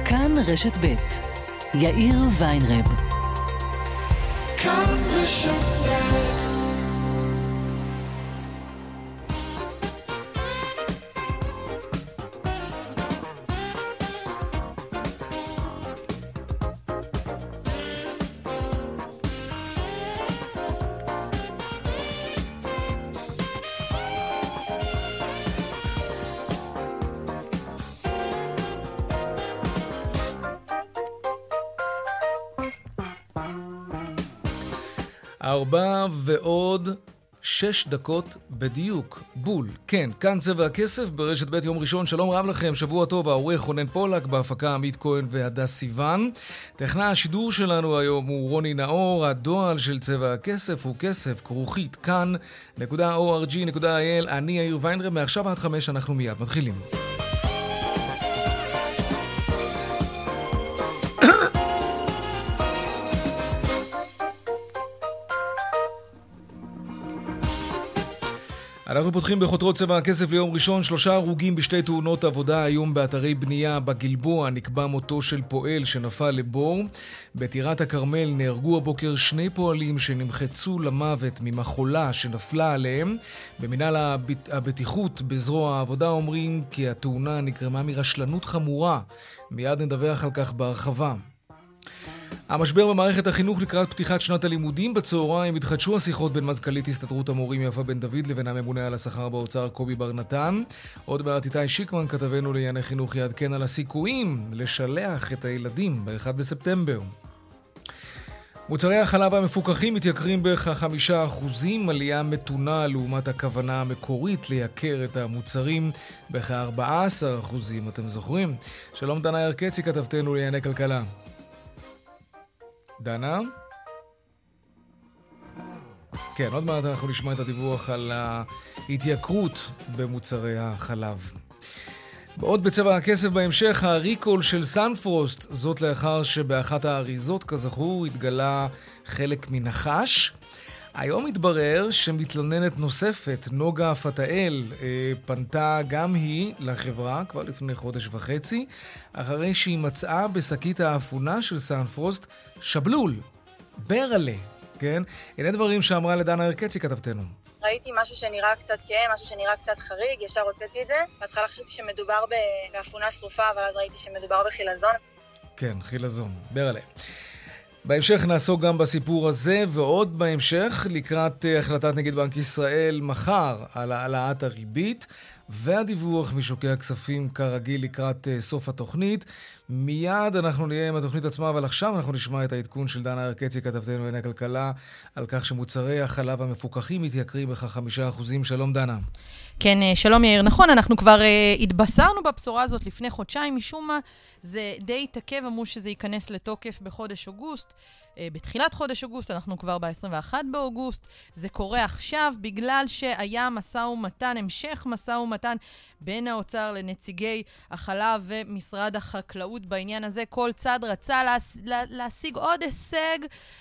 כאן רשת ב' יאיר ויינרב. כאן רשת ב'. ארבע ועוד 6 דקות בדיוק, בול. כן, כאן צבע הכסף ברשת ב' יום ראשון. שלום רב לכם, שבוע טוב. העורך רונן פולק, בהפקה עמית כהן והדס סיוון. טכנאי השידור שלנו היום הוא רוני נאור. הדואל של צבע הכסף הוא כסף כרוכית כאן.org.il. אני יאיר ויינרב. מעכשיו עד 5 אנחנו מיד מתחילים. אנחנו פותחים בחותרות צבע הכסף ליום ראשון. 3 הרוגים בשתי תאונות עבודה היום באתרי בנייה. בגלבוע נקבע מותו של פועל שנפל לבור. בטירת הכרמל נהרגו הבוקר 2 פועלים שנמחצו למוות ממחולה שנפלה עליהם. במינהל הבטיחות בזרוע העבודה אומרים כי התאונה נגרמה מרשלנות חמורה. מיד נדווח על כך בהרחבה. המשבר במערכת החינוך לקראת פתיחת שנת הלימודים. בצהריים התחדשו השיחות בין מזכ"לית הסתדרות המורים יפה בן דוד לבין הממונה על השכר באוצר קובי בר נתן. עוד מעט איתי שיקמן כתבנו לענייני חינוך יעדכן על הסיכויים לשלח את הילדים ב-1 בספטמבר. מוצרי החלב המפוקחים מתייקרים בכ5%, עלייה מתונה לעומת הכוונה המקורית לייקר את המוצרים בכ14%, אתם זוכרים? שלום דנה ירקצי כתבתנו לענייני כלכלה. דנה? כן, עוד מעט אנחנו נשמע את הדיווח על ההתייקרות במוצרי החלב. עוד בצבע הכסף בהמשך, הריקול של סנפרוסט, זאת לאחר שבאחת האריזות כזכור התגלה חלק מנחש. היום התברר שמתלוננת נוספת, נוגה פתאל, פנתה גם היא לחברה כבר לפני חודש וחצי, אחרי שהיא מצאה בשקית האפונה של סנפרוסט שבלול, ברלה, כן? הנה דברים שאמרה לדנה ירקצי כתבתנו. ראיתי משהו שנראה קצת כהה, משהו שנראה קצת חריג, ישר הוצאתי את זה. בהתחלה חשבתי שמדובר באפונה שרופה, אבל אז ראיתי שמדובר בחילזון. כן, חילזון, ברלה. בהמשך נעסוק גם בסיפור הזה ועוד בהמשך לקראת החלטת נגיד בנק ישראל מחר על העלאת הריבית והדיווח משוקי הכספים כרגיל לקראת סוף התוכנית. מיד אנחנו נהיה עם התוכנית עצמה, אבל עכשיו אנחנו נשמע את העדכון של דנה ירקצי כתבתנו לענייני כלכלה על כך שמוצרי החלב המפוקחים מתייקרים בכ5%. שלום דנה. כן, שלום יאיר. נכון, אנחנו כבר התבשרנו בבשורה הזאת לפני חודשיים, משום מה זה די התעכב, אמרו שזה ייכנס לתוקף בחודש אוגוסט. בתחילת חודש אוגוסט, אנחנו כבר ב-21 באוגוסט. זה קורה עכשיו בגלל שהיה משא ומתן, המשך משא ומתן בין האוצר לנציגי החלב ומשרד החקלאות בעניין הזה. כל צד רצה להשיג עוד הישג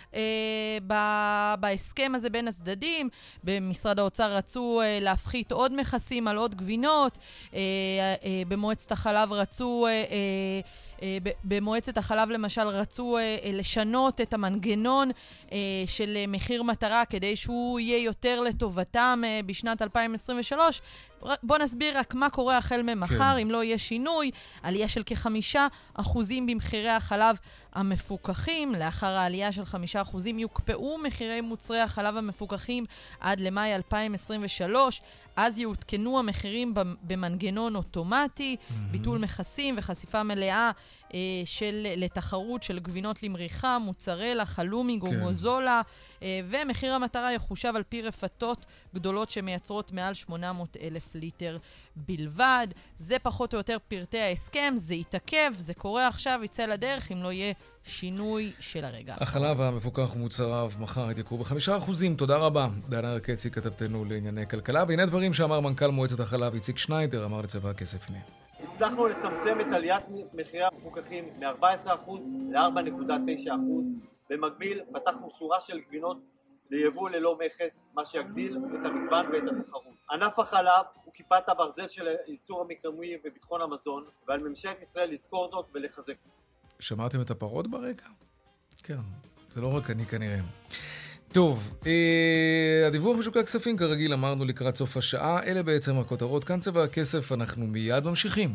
בהסכם הזה בין הצדדים. במשרד האוצר רצו להפחית עוד מכסים על עוד גבינות. במועצת החלב רצו... במועצת החלב למשל רצו לשנות את המנגנון של מחיר מטרה כדי שהוא יהיה יותר לטובתם בשנת 2023. בוא נסביר רק מה קורה החל ממחר, אם לא יהיה שינוי. עלייה של כ5% במחירי החלב המפוקחים. לאחר העלייה של 5% יוקפאו מחירי מוצרי החלב המפוקחים עד למאי 2023. אז יעודכנו המחירים במנגנון אוטומטי, ביטול מכסים וחשיפה מלאה לתחרות של גבינות למריחה, מוצרלה, חלומי, גומוזולה, ומחיר המטרה יחושב על פי רפתות גדולות שמייצרות מעל 800,000 ליטר בלבד. זה פחות או יותר פרטי ההסכם, זה יתעכב, זה קורה עכשיו, יצא לדרך אם לא יהיה שינוי של הרגע. החלב המפוקח ומוצריו מחר התייקרו ב5%. תודה רבה. דנה ירקצי כתבתנו לענייני כלכלה. והנה דברים שאמר מנכ"ל מועצת החלב איציק שניידר, אמר לצבע הכסף. הנה. הצלחנו לצמצם את עליית מחירי המפוקחים מ-14% ל-4.9%. במקביל פתחנו שורה של גבינות ליבוא ללא מכס, מה שיגדיל את המגוון ואת התחרות. ענף החלב הוא כיפת הברזל של ייצור המקומי וביטחון המזון, ועל ממשלת ישראל לזכור זאת ולחזק. שמעתם את הפרות ברקע? כן, זה לא רק אני כנראה. טוב, הדיווח משוקי הכספים כרגיל אמרנו לקראת סוף השעה, אלה בעצם הכותרות, כאן צבע הכסף, אנחנו מיד ממשיכים.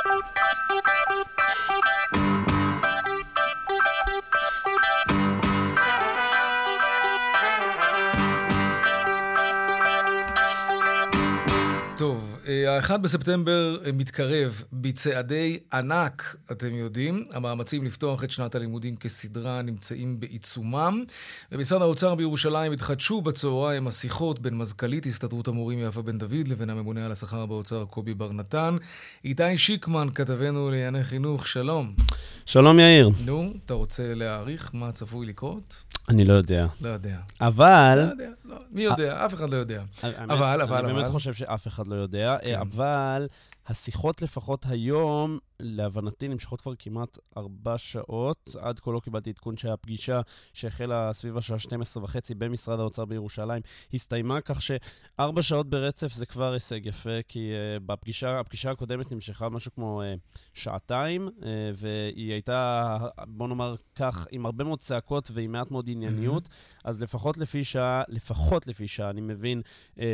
טוב, ה-1 בספטמבר מתקרב בצעדי ענק, אתם יודעים. המאמצים לפתוח את שנת הלימודים כסדרה נמצאים בעיצומם. במשרד האוצר בירושלים התחדשו בצהריים השיחות בין מזכ"לית הסתדרות המורים יפה בן דוד לבין הממונה על השכר באוצר קובי בר נתן. איתי שיקמן, כתבנו לענייני חינוך, שלום. שלום יאיר. נו, אתה רוצה להעריך מה צפוי לקרות? אני לא יודע. לא יודע. אבל... לא יודע, לא. מי יודע? אף אחד לא יודע. אבל... אני באמת חושב שאף אחד לא יודע, אבל השיחות לפחות היום, להבנתי, נמשכות כבר כמעט 4 שעות. עד כה לא קיבלתי עדכון שהפגישה שהחלה סביב השעה 12:30 במשרד האוצר בירושלים הסתיימה, כך ש4 שעות ברצף זה כבר הישג יפה, כי הפגישה הקודמת נמשכה משהו כמו 2 שעתיים, והיא הייתה, בוא נאמר כך, עם הרבה מאוד צעקות ועם מעט מאוד ענייניות, אז לפחות לפי שעה, אני מבין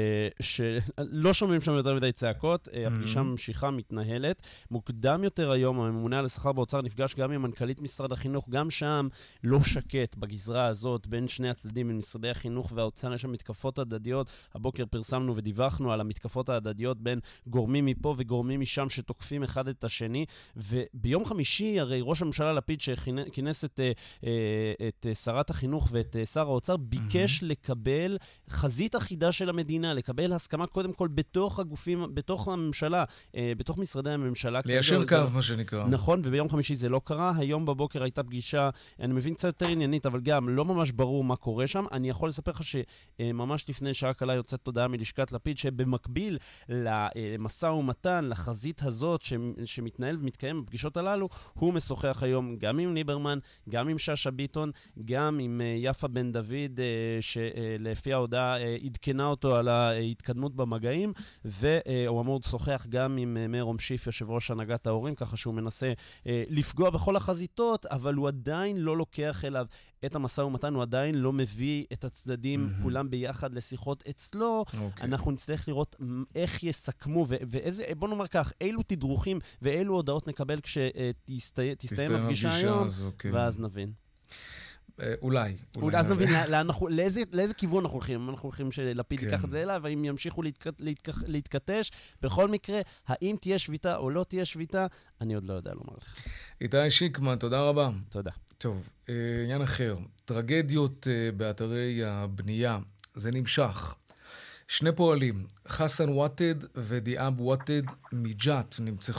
שלא שומעים שם יותר מדי צעקות, הפגישה ממשיכה, מתנהלת. מוקדם יותר היום, הממונה על השכר באוצר נפגש גם עם מנכ"לית משרד החינוך, גם שם לא שקט בגזרה הזאת, בין שני הצדדים, בין משרדי החינוך והאוצר, יש שם מתקפות הדדיות. הבוקר פרסמנו ודיווחנו על המתקפות ההדדיות בין גורמים מפה וגורמים משם שתוקפים אחד את השני, וביום חמישי, הרי ראש הממשלה לפיד שכינס את שרת החינוך ואת שר האוצר, ביקש לקבל חזית אחידה של המדינה, לקבל הסכמה קודם כל בתוך הגופים, בתוך הממשלה, בתוך משרדי הממשלה. ליישר קו, מה שנקרא. נכון, וביום חמישי זה לא קרה. היום בבוקר הייתה פגישה, אני מבין קצת יותר עניינית, אבל גם לא ממש ברור מה קורה שם. אני יכול לספר לך שממש לפני שעה קלה יוצאת תודעה מלשכת לפיד, שבמקביל למשא ומתן, לחזית הזאת שמתנהל ומתקיים בפגישות הללו, הוא משוחח היום גם עם ליברמן, גם עם שאשא ביטון, גם עם יפה בן דוד, שלפי ההודעה עדכנה אותו על ההתקדמות במגעים, והוא אמור לשוחח גם עם מאיר אומשיף, יושב ראש הנהגת ההורים, ככה שהוא מנסה לפגוע בכל החזיתות, אבל הוא עדיין לא לוקח אליו את המשא ומתן, הוא עדיין לא מביא את הצדדים כולם ביחד לשיחות אצלו. אנחנו נצטרך לראות איך יסכמו, ואיזה, בוא נאמר כך, אילו תדרוכים ואילו הודעות נקבל כשתסתיים הפגישה היום, ואז נבין. אולי. אז נבין לאיזה כיוון אנחנו הולכים. אנחנו הולכים שלפיד ייקח את זה אליו, האם ימשיכו להתקטש. בכל מקרה, האם תהיה שביתה או לא תהיה שביתה, אני עוד לא יודע לומר לך. איתי שיקמן, תודה רבה. תודה. טוב, עניין אחר. טרגדיות באתרי הבנייה. זה נמשך. 2 פועלים, חסן וואטד ודיאב וואטד מג'ת,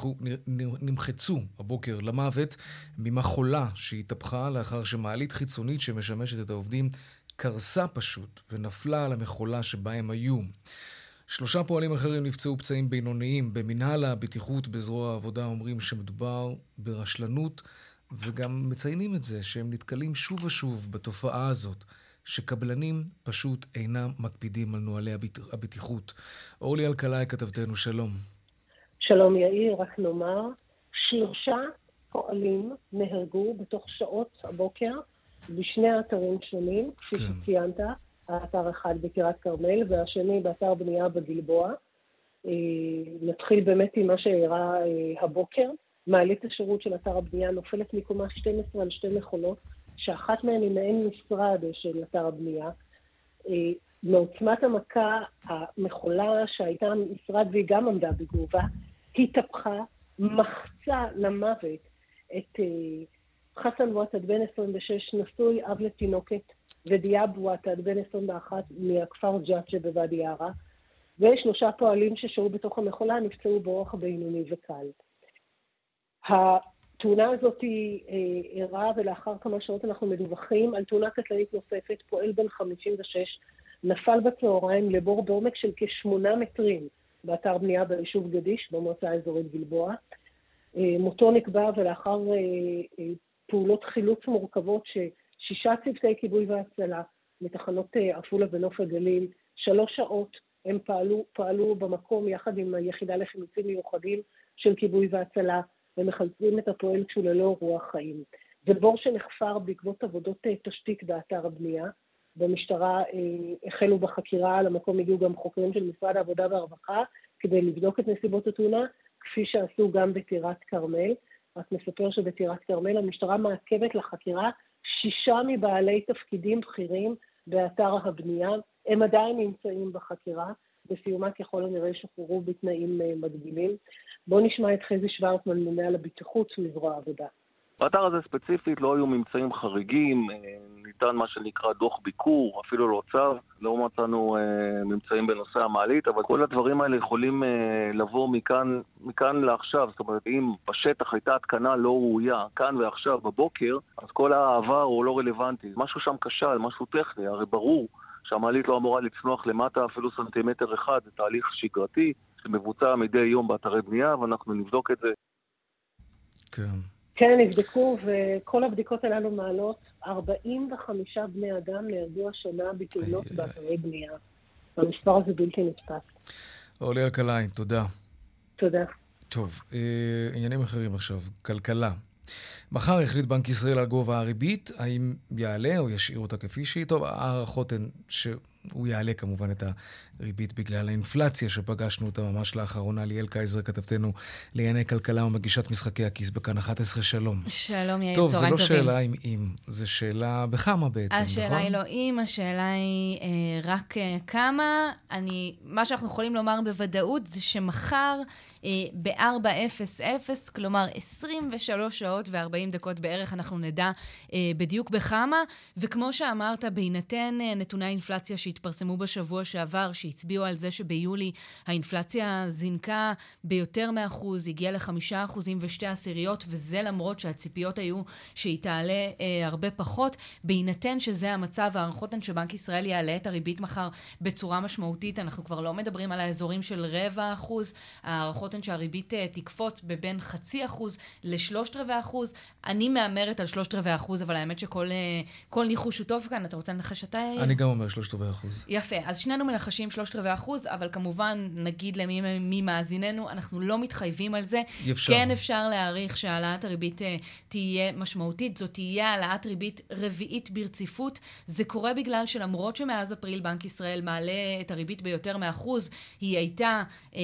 נמחצו הבוקר למוות ממחולה שהתהפכה לאחר שמעלית חיצונית שמשמשת את העובדים קרסה פשוט ונפלה על המחולה שבה הם היו. 3 פועלים אחרים נפצעו פצעים בינוניים. במנהל הבטיחות בזרוע העבודה אומרים שמדובר ברשלנות, וגם מציינים את זה שהם נתקלים שוב ושוב בתופעה הזאת. שקבלנים פשוט אינם מקפידים על נוהלי הבטיחות. אורלי אלקלעי, כתבתנו, שלום. שלום יאיר, רק נאמר, 3 פועלים נהרגו בתוך שעות הבוקר בשני האתרים שונים, כפי שציינת, האתר אחד בטירת כרמל והשני באתר בנייה בגלבוע. נתחיל באמת עם מה שהראה הבוקר. מעלית השירות של אתר הבנייה נופלת מקומה 12 על 2 מכונות, שאחת מהן היא מעין משרד של אתר הבנייה. מעוצמת המכה, המכולה שהייתה משרד והיא גם עמדה בגובה, התהפכה, מחצה למוות את חסן וואטד בן 26, נשוי אב לתינוקת, ודיאב וואטד בן 21 מהכפר ג'ת שבוואדי ערה, ו3 פועלים ששהו בתוך המכולה נפצעו באורח בינוני וקל. התאונה הזאת היא אירעה, ולאחר כמה שעות אנחנו מדווחים על תאונה קטלנית נוספת. פועל בן 56 נפל בצהריים לבור בעומק של כ8 מטרים באתר בנייה ביישוב גדיש במועצה האזורית גלבוע. מותו נקבע, ולאחר פעולות חילוץ מורכבות ש6 צוותי כיבוי והצלה מתחנות עפולה ונוף הגליל, 3 שעות הם פעלו במקום יחד עם היחידה לחילוצים מיוחדים של כיבוי והצלה, ומחלצים את הפועל כשהוא ללא רוח חיים. זה בור שנחפר בעקבות עבודות תשתית באתר הבנייה. במשטרה החלו בחקירה, על המקום הגיעו גם חוקרים של משרד העבודה והרווחה, כדי לבדוק את נסיבות התאונה, כפי שעשו גם בטירת כרמל. רק נספר שבטירת כרמל המשטרה מעכבת לחקירה 6 מבעלי תפקידים בכירים באתר הבנייה. הם עדיין נמצאים בחקירה, בסיומה ככל הנראה שוחררו בתנאים מגבילים. בואו נשמע את חזי שוורצמן, מנהל הבטיחות מזרוע העבודה. באתר הזה ספציפית לא היו ממצאים חריגים, ניתן מה שנקרא דוח ביקור, אפילו לא צו, לא מצאנו ממצאים בנושא המעלית, אבל כל הדברים האלה יכולים לבוא מכאן לעכשיו. זאת אומרת, אם בשטח הייתה התקנה לא ראויה, כאן ועכשיו בבוקר, אז כל העבר הוא לא רלוונטי. משהו שם כשל, משהו טכני, הרי ברור שהמעלית לא אמורה לצנוח למטה אפילו סנטימטר אחד, זה תהליך שגרתי שמבוצע מדי יום באתרי בנייה, ואנחנו נבדוק את זה. כן, נבדקו, וכל הבדיקות הללו מעלות 45 בני אדם נהרגו השנה בתאונות באתרי בנייה. המספר הזה בלתי נתפס. אורלי אלקלעי, תודה. תודה. טוב, עניינים אחרים עכשיו, כלכלה. מחר החליט בנק ישראל על גובה הריבית, האם יעלה או ישאיר אותה כפי שהיא? טוב, הערכות הן שהוא יעלה כמובן את הריבית בגלל האינפלציה שפגשנו אותה ממש לאחרונה. ליאל קייזר, כתבתנו לענייני כלכלה ומגישת משחקי הכיס בכאן 11. שלום. שלום, יאיר, טוב, צהריים זה לא טובים. שאלה אם, זה שאלה בכמה בעצם, נכון? השאלה היא לא אם, השאלה היא רק כמה. מה שאנחנו יכולים לומר בוודאות זה שמחר ב-4:00, כלומר 23 שעות ו-40 דקות בערך, אנחנו נדע בדיוק בכמה, וכמו שאמרת, בהינתן נתוני האינפלציה שהתפרסמו בשבוע שעבר, שהצביעו על זה שביולי האינפלציה זינקה ביותר מ1%, הגיעה ל5.2%, וזה למרות שהציפיות היו שהיא תעלה הרבה פחות. בהינתן שזה המצב, הערכות הן שבנק ישראל יעלה את הריבית מחר בצורה משמעותית. אנחנו כבר לא מדברים על האזורים של 0.25%, הערכות הן שהריבית תקפוץ בבין 0.5% ל3/4%. אני מאמרת על 3/4%, אבל האמת שכל ניחוש הוא טוב כאן. אתה רוצה לנחש אתה? אני גם אומר 3/4%. יפה, אז שנינו מנחשים 3/4%, אבל כמובן נגיד למי מאזיננו, אנחנו לא מתחייבים על זה. כן אפשר להעריך שהעלאת הריבית תהיה משמעותית, זאת תהיה העלאת ריבית רביעית ברציפות. זה קורה בגלל שלמרות שמאז אפריל בנק ישראל מעלה את הריבית ביותר מ1%, היא הייתה 0.1%,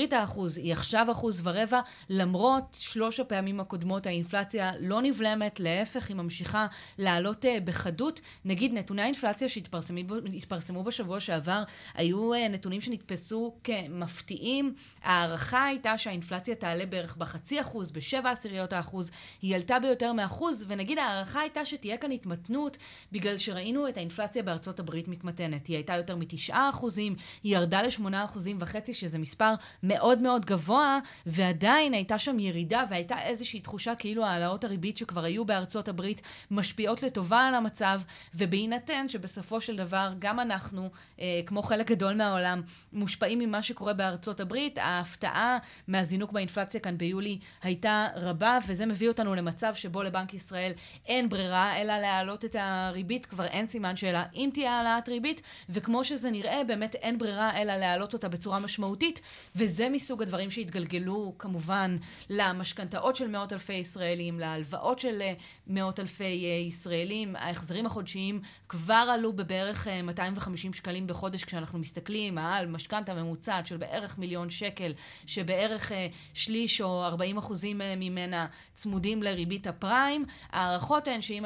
היא עכשיו 1.25%, למרות 3 הפעמים הקודמות האינפלציה לא נבלמת, להפך היא ממשיכה לעלות בחדות. נגיד נתוני האינפלציה שהתפרסמו בשבוע שעבר, היו נתונים שנתפסו כמפתיעים. הערכה הייתה שהאינפלציה תעלה בערך ב0.5%, ב0.7%, היא עלתה ביותר מ1%, ונגיד הערכה הייתה שתהיה כאן התמתנות, בגלל שראינו את האינפלציה בארצות הברית מתמתנת. היא הייתה יותר מ9%, היא ירדה ל8.5%, שזה מספר מאוד מאוד גבוה, ועדיין הייתה שם ירידה, והייתה איזושהי תחושה כאילו העלאות הריבית שכבר היו בארצות הברית משפיעות לטובה על המצב, ובהינתן שבסופו של דבר גם אנחנו, כמו חלק גדול מהעולם, מושפעים ממה שקורה בארצות הברית. ההפתעה מהזינוק באינפלציה כאן ביולי הייתה רבה, וזה מביא אותנו למצב שבו לבנק ישראל אין ברירה אלא להעלות את הריבית. כבר אין סימן שאלה אם תהיה העלאת ריבית, וכמו שזה נראה באמת אין ברירה אלא להעלות אותה בצורה משמעותית, וזה מסוג הדברים שהתגלגלו כמובן למשכנתאות של מאות אלפי ישראלים, להלוואות של מאות אלפי ישראלים. ההחזרים החודשיים כבר עלו בבערך 250 שקלים בחודש, כשאנחנו מסתכלים על משכנתה ממוצעת של בערך 1,000,000 שקל, שבערך שליש או 40% ממנה צמודים לריבית הפריים. הערכות הן שאם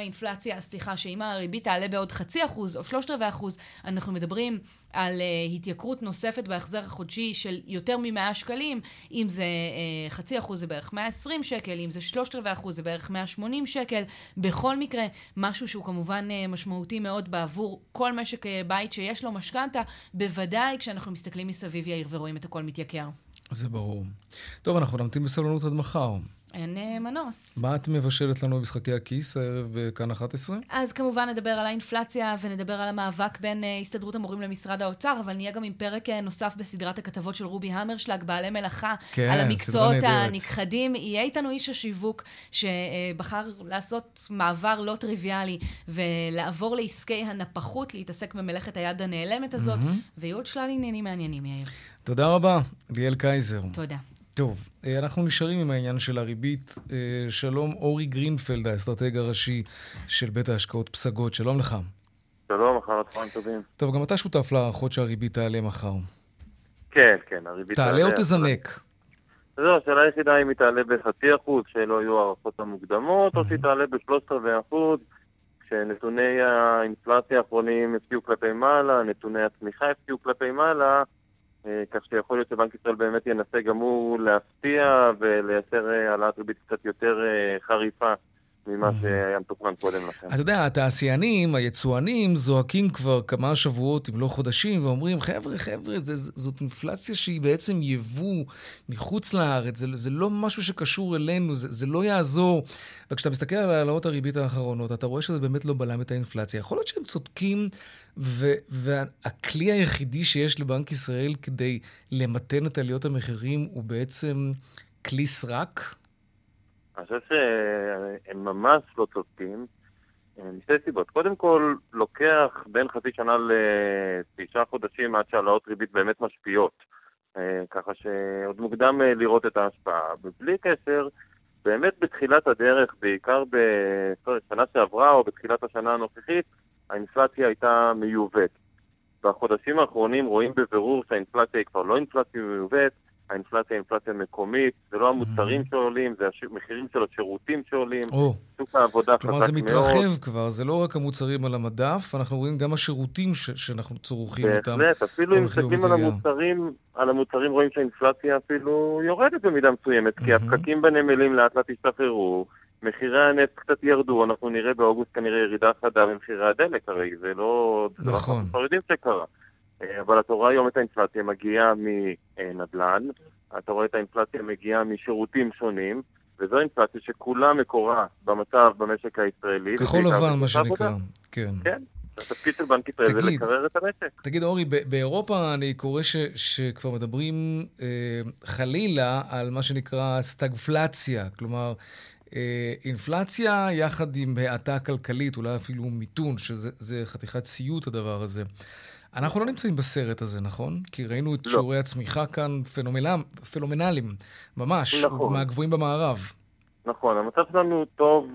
שאם הריבית תעלה בעוד 0.5% או 3/4%, אנחנו מדברים על התייקרות נוספת בהחזר החודשי של יותר מ100 שקלים. אם זה 0.5% זה בערך 120 שקל, אם זה 3/4% זה בערך 180 שקל. בכל מקרה, משהו שהוא כמובן משמעותי מאוד בעבור כל משק בית שיש לו משכנתה, בוודאי כשאנחנו מסתכלים מסביב יאיר ורואים את הכל מתייקר. זה ברור. טוב, אנחנו נמתין בסבלנות עד מחר. אין מנוס. מה את מבשלת לנו במשחקי הכיס הערב בכאן 11? אז כמובן נדבר על האינפלציה ונדבר על המאבק בין הסתדרות המורים למשרד האוצר, אבל נהיה גם עם פרק נוסף בסדרת הכתבות של רובי המרשלג, בעלי מלאכה, כן, על המקצועות הנכחדים. יהיה איתנו איש השיווק שבחר לעשות מעבר לא טריוויאלי ולעבור לעסקי הנפחות, להתעסק במלאכת היד הנעלמת הזאת, ויהיו עוד שלל עניינים מעניינים, יאיר. תודה רבה, ליאל קייזר. תודה. טוב, אנחנו נשארים עם העניין של הריבית. שלום, אורי גרינפלד, האסטרטג הראשי של בית ההשקעות פסגות. שלום לך. שלום, אחר הצהריים טובים. טוב, גם אתה שותף להערכות שהריבית תעלה מחר. כן, כן, הריבית תעלה או תזנק? זהו, השאלה היחידה אם היא תעלה ב0.5%, שלא יהיו הערכות המוקדמות, או שהיא תעלה ב3.25%, כשנתוני האינפלציה האחרונים הפקיעו כלפי מעלה, נתוני הצמיחה הפקיעו כלפי מעלה, כך שיכול להיות שבנק ישראל באמת ינסה גם הוא להפתיע ולייצר העלאת ריבית קצת יותר חריפה ממה שהיה מתוכנן קודם לכן. אתה יודע, התעשיינים, היצואנים, זועקים כבר כמה שבועות, אם לא חודשים, ואומרים, חבר'ה, זאת אינפלציה שהיא בעצם יבוא מחוץ לארץ, זה לא משהו שקשור אלינו, זה לא יעזור. וכשאתה מסתכל על העלאות הריבית האחרונות, אתה רואה שזה באמת לא בלם את האינפלציה. יכול להיות שהם צודקים, והכלי היחידי שיש לבנק ישראל כדי למתן את עליות המחירים הוא בעצם כלי סרק? אני חושב שהם ממש לא צודקים, משתי סיבות. קודם כל, לוקח בין חצי שנה ל9 חודשים עד שהעלאות ריבית באמת משפיעות. ככה שעוד מוקדם לראות את ההשפעה. ובלי קשר, באמת בתחילת הדרך, בעיקר בשנה שעברה או בתחילת השנה הנוכחית, האינפלציה הייתה מיובאת. בחודשים האחרונים רואים בבירור שהאינפלציה היא כבר לא אינפלציה מיובאת, האינפלציה היא אינפלציה מקומית, זה לא המוצרים שעולים, זה המחירים של השירותים שעולים, שוק העבודה חזק מאוד. כלומר זה מתרחב כבר, זה לא רק המוצרים על המדף, אנחנו רואים גם השירותים שאנחנו צורכים אותם. בהחלט, אפילו אם מסתכלים על המוצרים רואים שהאינפלציה אפילו יורדת במידה מסוימת, כי הפקקים בנמלים לאט לאט השתחררו, מחירי הנפט קצת ירדו, אנחנו נראה באוגוסט כנראה ירידה חדה במחירי הדלק, הרי זה לא... נכון. אנחנו יודעים שקרה. אבל אתה רואה היום את האינפלציה מגיעה מנדל"ן, אתה רואה את האינפלציה מגיעה משירותים שונים, וזו אינפלציה שכולה מקורה במצב במשק הישראלי. כחול לבן, מה שנקרא. כן. כן. התפקיד של בנק ישראל זה לקרר את המשק. תגיד, אורי, באירופה אני קורא שכבר מדברים חלילה על מה שנקרא סטגפלציה, כלומר, אינפלציה יחד עם האטה כלכלית, אולי אפילו מיתון, שזה חתיכת סיוט הדבר הזה. אנחנו לא נמצאים בסרט הזה, נכון? כי ראינו את שיעורי הצמיחה כאן פנומנליים, ממש, מהגבוהים במערב. נכון, המצב שלנו טוב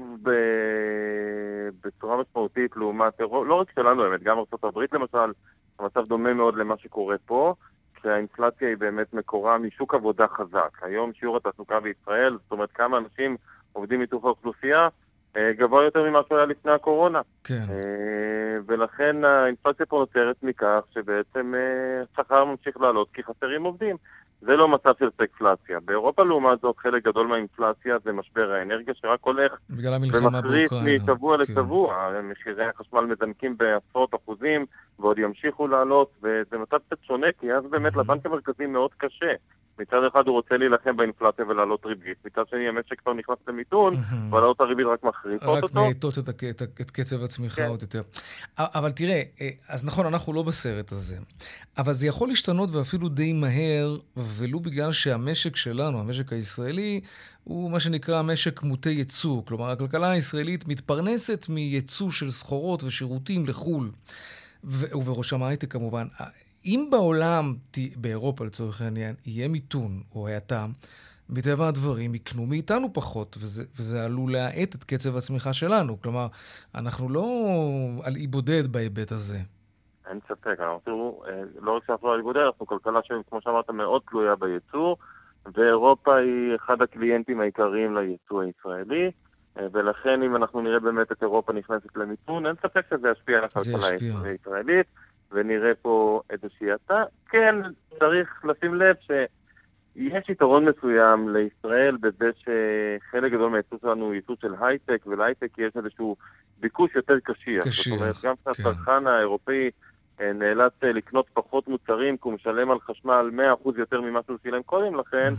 בצורה משמעותית לעומת, לא רק שלנו באמת, גם ארצות הברית למשל, המצב דומה מאוד למה שקורה פה, כשהאינפלציה היא באמת מקורה משוק עבודה חזק. היום שיעור התעסוקה בישראל, זאת אומרת כמה אנשים עובדים מתוך האוכלוסייה, גבוה יותר ממה שהיה לפני הקורונה. כן. ולכן האינפלציה פה נוצרת מכך שבעצם שכר ממשיך לעלות כי חסרים עובדים. זה לא מצב של סטגפלציה. באירופה לעומת זאת חלק גדול מהאינפלציה זה משבר האנרגיה שרק הולך ומחריף משבוע לשבוע. מחירי החשמל מזנקים בעשרות אחוזים ועוד ימשיכו לעלות, וזה מצב קצת שונה כי אז באמת לבנק המרכזי מאוד קשה. מצד אחד הוא רוצה להילחם באינפלציה ולעלות ריבית, מצד שני המשק כבר נכנס למיתון, ולעלות הריבית רק מחריפות אותו. רק מעטות את קצב הצמיחה עוד יותר. אבל תראה, אז נכון, אנחנו לא בסרט הזה, אבל זה יכול להשתנות ואפילו די מהר, ולו בגלל שהמשק שלנו, המשק הישראלי, הוא מה שנקרא משק מוטה ייצוא, כלומר הכלכלה הישראלית מתפרנסת מייצוא של סחורות ושירותים לחול, ובראשם ההייטק כמובן. אם בעולם, באירופה לצורך העניין, יהיה מיתון או האטה, מטבע הדברים יקנו מאיתנו פחות, וזה עלול להאט את קצב הצמיחה שלנו. כלומר, אנחנו לא על אי בודד בהיבט הזה. אין ספק, אנחנו לא רק שאנחנו על אי בודד, אנחנו כלכלה שכמו שאמרת מאוד תלויה בייצור, ואירופה היא אחד הקליינטים העיקריים לייצוא הישראלי, ולכן אם אנחנו נראה באמת את אירופה נכנסת למיתון, אין ספק שזה ישפיע על הכלכלה הישראלית. ונראה פה איזושהי האטה. כן, צריך לשים לב שיש יתרון מסוים לישראל בזה שחלק גדול מהייצוא שלנו הוא ייצוא של הייטק, ולהייטק יש איזשהו ביקוש יותר קשיח. זאת אומרת, גם שהצרכן האירופאי נאלץ לקנות פחות מוצרים, כי הוא משלם על חשמל 100% יותר ממה שהוא שילם קודם לכן,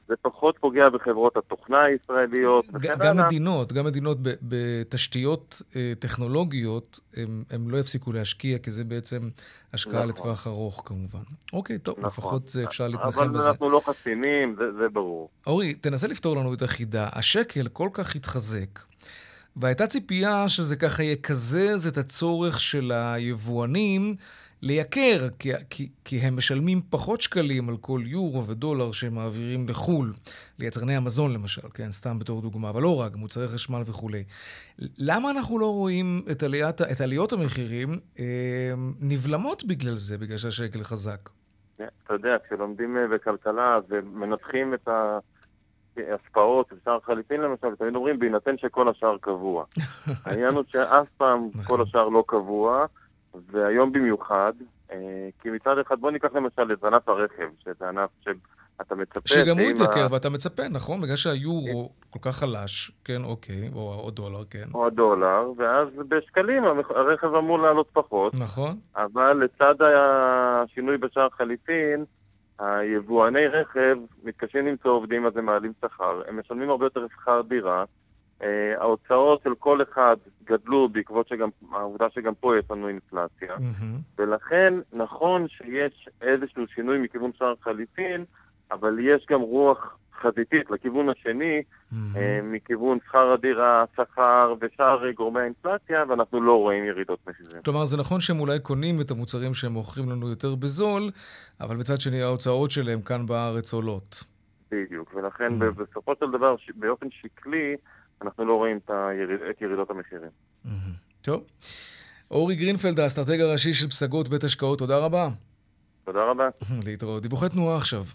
זה פחות פוגע בחברות התוכנה הישראליות. גם מדינות בתשתיות טכנולוגיות, הם לא יפסיקו להשקיע, כי זה בעצם השקעה לטווח ארוך כמובן. אוקיי, טוב, לפחות זה אפשר להתנחם בזה. אבל אנחנו לא חסינים, זה ברור. אורי, תנסה לפתור לנו את החידה. השקל כל כך התחזק, והייתה ציפייה שזה ככה יקזז את הצורך של היבואנים לייקר, כי הם משלמים פחות שקלים על כל יורו ודולר שהם מעבירים לחול, ליצרני המזון למשל, כן, סתם בתור דוגמה, אבל לא רק, מוצרי חשמל וכו'. למה אנחנו לא רואים את עליות המחירים נבלמות בגלל זה, בגלל שהשקל חזק? אתה יודע, כשלומדים בכלכלה ומנתחים את ההשפעות של שער חליפין למשל, תמיד אומרים בהינתן שכל השאר קבוע. העניין הוא שאף פעם כל השאר לא קבוע, והיום במיוחד, כי מצד אחד בוא ניקח למשל את ענף הרכב, שזה ענף שאתה מצפה... שגם הוא יתייקר, ואתה מצפה, נכון? בגלל שהיורו כל כך חלש, כן, אוקיי, או דולר, כן. או הדולר, ואז בשקלים הרכב אמור לעלות פחות. נכון. אבל לצד השינוי בשער חליפין, היבואני רכב מתקשים למצוא עובדים, אז הם מעלים שכר. הם משלמים הרבה יותר שכר דירה. ההוצאות של כל אחד גדלו בעקבות העובדה שגם פה יש לנו אינפלציה. ולכן נכון שיש איזשהו שינוי מכיוון שער חליפין, אבל יש גם רוח חזיתית לכיוון השני, מכיוון שכר הדירה, שכר ושאר גורמי האינפלציה, ואנחנו לא רואים ירידות מחירים. כלומר, זה נכון שהם אולי קונים את המוצרים שהם מוכרים לנו יותר בזול, אבל מצד שני ההוצאות שלהם כאן בארץ עולות. בדיוק, ולכן בסופו של דבר, באופן שקלי, אנחנו לא רואים את ירידות המחירים. טוב. אורי גרינפלד, האסטרטג הראשי של פסגות בית השקעות, תודה רבה. תודה רבה. להתראות. דיווחי תנועה עכשיו.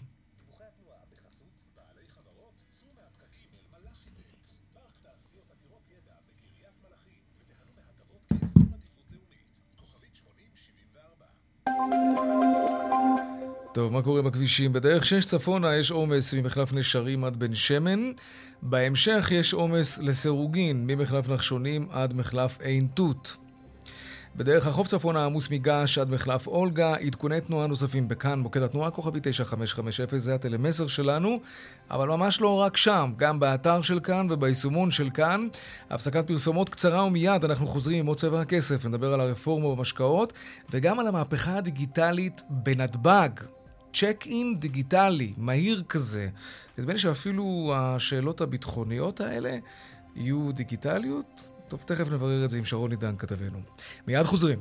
טוב, מה קורה בכבישים? בדרך 6 צפונה יש עומס ממחלף נשרים עד בן שמן. בהמשך יש עומס לסירוגין, ממחלף נחשונים עד מחלף עין תות. בדרך החוף צפונה עמוס מגש עד מחלף אולגה. עדכוני תנועה נוספים בכאן, מוקד התנועה כוכבי 9550, זה הטלמסר שלנו, אבל ממש לא רק שם, גם באתר של כאן וביישומון של כאן. הפסקת פרסומות קצרה ומיד אנחנו חוזרים עם עוד צבע הכסף, נדבר על הרפורמה במשקאות וגם על המהפכה הדיגיטלית בנתב"ג. צ'ק אין דיגיטלי, מהיר כזה. נדמה לי שאפילו השאלות הביטחוניות האלה יהיו דיגיטליות. טוב, תכף נברר את זה עם שרון עידן כתבנו. מיד חוזרים.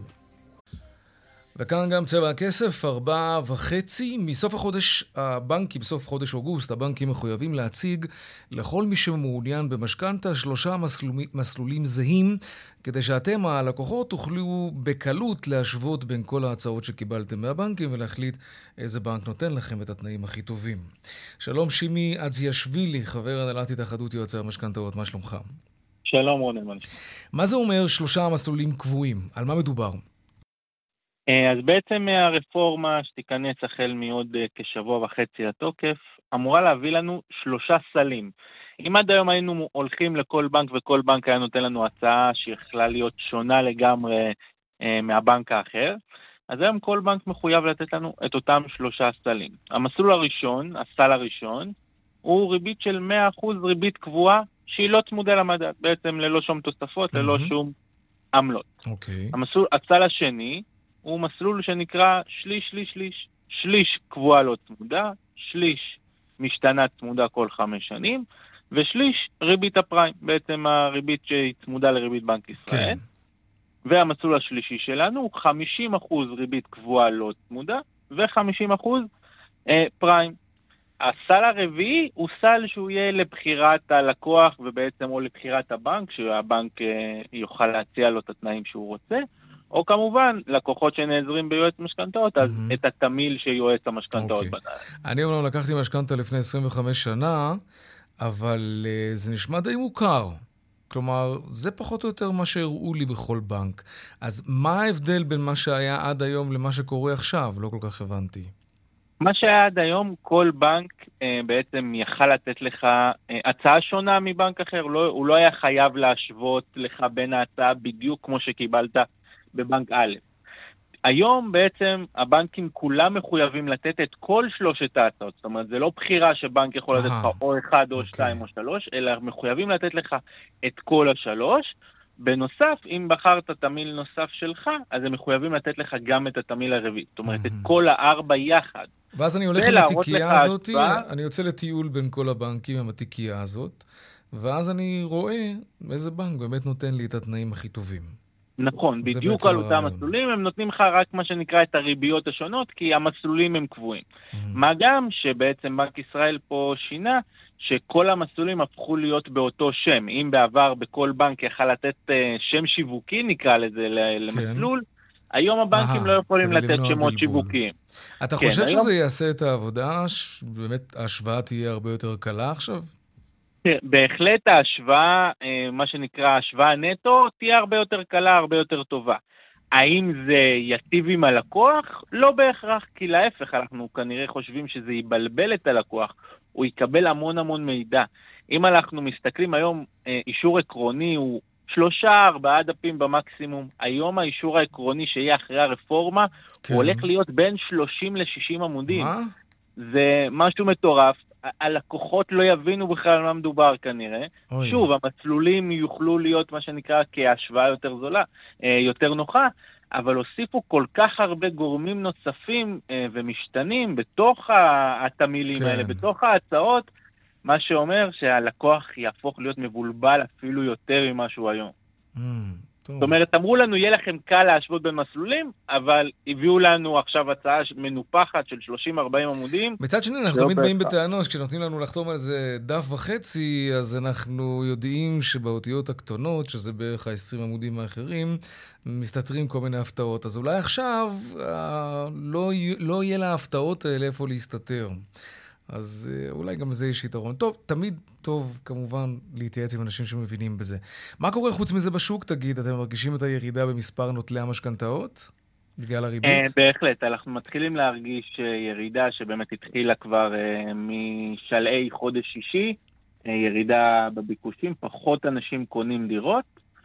וכאן גם צבע הכסף, 4.5. מסוף החודש, הבנקים, בסוף חודש אוגוסט, הבנקים מחויבים להציג לכל מי שמעוניין במשכנתה 3 מסלולים זהים, כדי שאתם, הלקוחות, תוכלו בקלות להשוות בין כל ההצעות שקיבלתם מהבנקים ולהחליט איזה בנק נותן לכם את התנאים הכי טובים. שלום, שימי אדזיאשווילי, חבר הנהלת התאחדות יועצי המשכנתאות, מה שלומך? שלום רונן. מה זה אומר 3 מסלולים קבועים? על מה מדובר? אז בעצם הרפורמה שתיכנס החל מעוד כשבוע וחצי לתוקף, אמורה להביא לנו 3 סלים. אם עד היום היינו הולכים לכל בנק וכל בנק היה נותן לנו הצעה שיכולה להיות שונה לגמרי מהבנק האחר, אז היום כל בנק מחויב לתת לנו את אותם 3 סלים. המסלול הראשון, הסל הראשון, הוא ריבית של 100% ריבית קבועה, שהיא לא צמודה למדד, בעצם ללא שום תוספות, ללא שום עמלות. הסל השני הוא מסלול שנקרא שליש קבועה לא צמודה, שליש משתנה צמודה כל 5 שנים, ושליש ריבית הפריים, בעצם הריבית שהיא צמודה לריבית בנק ישראל. והמסלול השלישי שלנו הוא 50% ריבית קבועה לא צמודה, ו50% פריים. הסל הרביעי הוא סל שהוא יהיה לבחירת הלקוח ובעצם או לבחירת הבנק, שהבנק יוכל להציע לו את התנאים שהוא רוצה, או כמובן לקוחות שנעזרים ביועץ משכנתאות, אז את התמיל שיועץ המשכנתאות בנה. אני אומנם לקחתי משכנתה לפני 25 שנה, אבל זה נשמע די מוכר. כלומר, זה פחות או יותר מה שהראו לי בכל בנק. אז מה ההבדל בין מה שהיה עד היום למה שקורה עכשיו? לא כל כך הבנתי. מה שהיה עד היום, כל בנק בעצם יכל לתת לך הצעה שונה מבנק אחר. הוא לא היה חייב להשוות לך בין ההצעה בדיוק כמו שקיבלת בבנק א'. היום בעצם הבנקים כולם מחויבים לתת את כל 3 ההצעות. זאת אומרת, זה לא בחירה שבנק יכול לתת לך או 1 או 2 או 3, אלא מחויבים לתת לך את כל 3. בנוסף, אם בחרת תמיל נוסף שלך, אז הם מחויבים לתת לך גם את התמיל הרביעי. זאת אומרת, את כל 4 יחד. ואז אני הולך עם התיקייה הזאת, אני יוצא לטיול בין כל הבנקים עם התיקייה הזאת, ואז אני רואה איזה בנק באמת נותן לי את התנאים הכי טובים. נכון, בדיוק על אותם מסלולים, הם נותנים לך רק מה שנקרא את הריביות השונות, כי המסלולים הם קבועים. מה גם שבעצם בנק ישראל פה שינה, שכל המסלולים הפכו להיות באותו שם. אם בעבר בכל בנק יכל לתת שם שיווקי, נקרא לזה, למסלול, היום הבנקים לא יכולים לתת שמות שיווקיים. אתה חושב שזה יעשה את העבודה? באמת ההשוואה תהיה הרבה יותר קלה עכשיו? בהחלט ההשוואה, מה שנקרא השוואה נטו, תהיה הרבה יותר קלה, הרבה יותר טובה. האם זה יטיב עם הלקוח? לא בהכרח, כי להפך, אנחנו כנראה חושבים שזה יבלבל את הלקוח, הוא יקבל המון מידע. אם אנחנו מסתכלים היום, אישור עקרוני הוא 3-4 דפים במקסימום. היום האישור העקרוני שיהיה אחרי הרפורמה, הוא הולך להיות בין 30 ל-60 עמודים. מה? זה משהו מטורף. הלקוחות לא יבינו בכלל מה מדובר כנראה. שוב, המסלולים יוכלו להיות מה שנקרא כהשוואה יותר זולה, יותר נוחה, אבל הוסיפו כל כך הרבה גורמים נוספים ומשתנים בתוך התמילים האלה, בתוך ההצעות, מה שאומר שהלקוח יהפוך להיות מבולבל אפילו יותר ממה שהוא היום. זאת אומרת, אמרו לנו, יהיה לכם קל להשוות בין מסלולים, אבל הביאו לנו עכשיו הצעה מנופחת של 30-40 עמודים. מצד שני, אנחנו תמיד באים בטענות, כשנותנים לנו לחתום על זה דף וחצי, אז אנחנו יודעים שבאותיות הקטנות, שזה בערך ה-20 עמודים האחרים, מסתתרים כל מיני הפתעות. אז אולי עכשיו לא יהיה לה הפתעות האלה איפה להסתתר. אז אולי גם זה יש יתרון. טוב, תמיד טוב כמובן להתייעץ עם אנשים שמבינים בזה. מה קורה חוץ מזה בשוק, תגיד? אתם מרגישים את הירידה במספר נוטלי המשכנתאות? בגלל הריבית? בהחלט, אנחנו מתחילים להרגיש ירידה שבאמת התחילה כבר משלהי חודש שישי, ירידה בביקושים, פחות אנשים קונים דירות,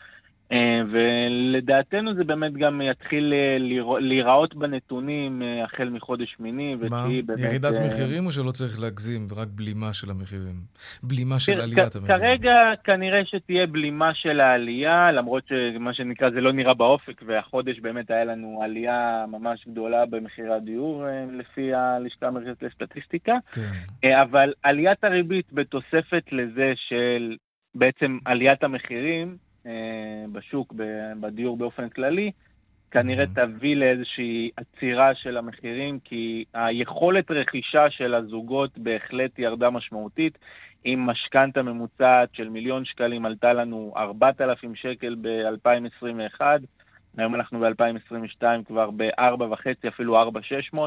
ולדעתנו זה באמת גם יתחיל להיראות בנתונים החל מחודש שמיני ותשיעי. ירידת מחירים או שלא צריך להגזים ורק בלימה של המחירים? בלימה של עליית המחירים? כרגע כנראה שתהיה בלימה של העלייה, למרות שמה שנקרא זה לא נראה באופק, והחודש באמת היה לנו עלייה ממש גדולה במחירי הדיור לפי הלשכה המרכזית לסטטיסטיקה, אבל עליית הריבית בתוספת לזה של בעצם עליית המחירים בשוק, בדיור באופן כללי, כנראה תביא לאיזושהי עצירה של המחירים, כי היכולת רכישה של הזוגות בהחלט ירדה משמעותית. אם משכנתה ממוצעת של 1,000,000 שקלים עלתה לנו 4,000 שקל ב-2021, היום אנחנו ב-2022 כבר ב-4.5, אפילו 4,600.